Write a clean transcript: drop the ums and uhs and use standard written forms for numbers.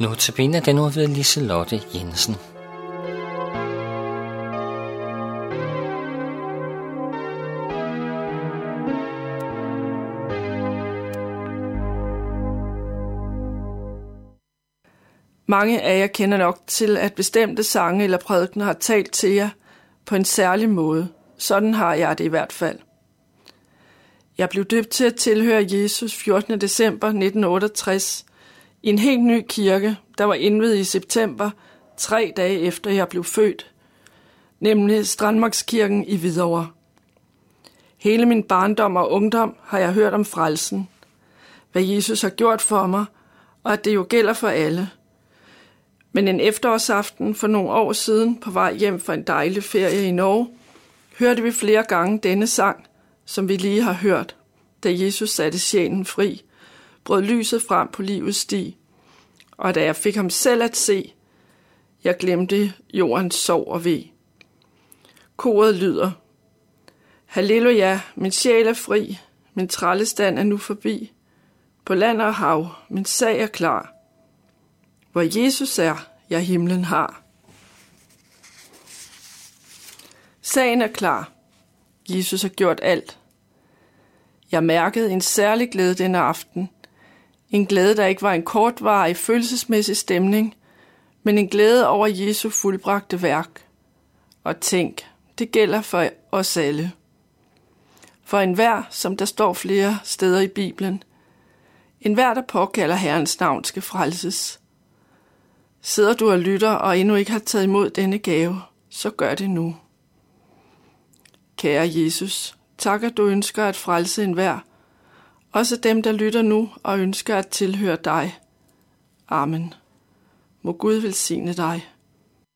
Notabene den nu ved Liselotte Jensen. Mange af jer kender nok til, at bestemte sange eller prædikener har talt til jer på en særlig måde. Sådan har jeg det i hvert fald. Jeg blev døbt til at tilhøre Jesus 14. december 1968 i en helt ny kirke, der var indviet i september, 3 dage efter jeg blev født, nemlig Strandmarkskirken i Hvidovre. Hele min barndom og ungdom har jeg hørt om frelsen, hvad Jesus har gjort for mig, og at det jo gælder for alle. Men en efterårsaften for nogle år siden, på vej hjem fra en dejlig ferie i Norge, hørte vi flere gange denne sang, som vi lige har hørt, da Jesus satte sjælen fri, brød lyset frem på livets sti, og da jeg fik ham selv at se, jeg glemte jordens sorg og ve. Koret lyder: Halleluja, min sjæl er fri, min trællestand er nu forbi. På land og hav, min sag er klar. Hvor Jesus er, jeg himlen har. Sagen er klar. Jesus har gjort alt. Jeg mærkede en særlig glæde denne aften. En glæde, der ikke var en kortvarig følelsesmæssig stemning, men en glæde over Jesu fuldbragte værk. Og tænk, det gælder for os alle. For enhver, som der står flere steder i Bibelen, enhver, der påkalder Herrens navn, skal frelses. Sidder du og lytter og endnu ikke har taget imod denne gave, så gør det nu. Kære Jesus, tak at du ønsker at frelse enhver, også dem, der lytter nu og ønsker at tilhøre dig. Amen. Må Gud velsigne dig.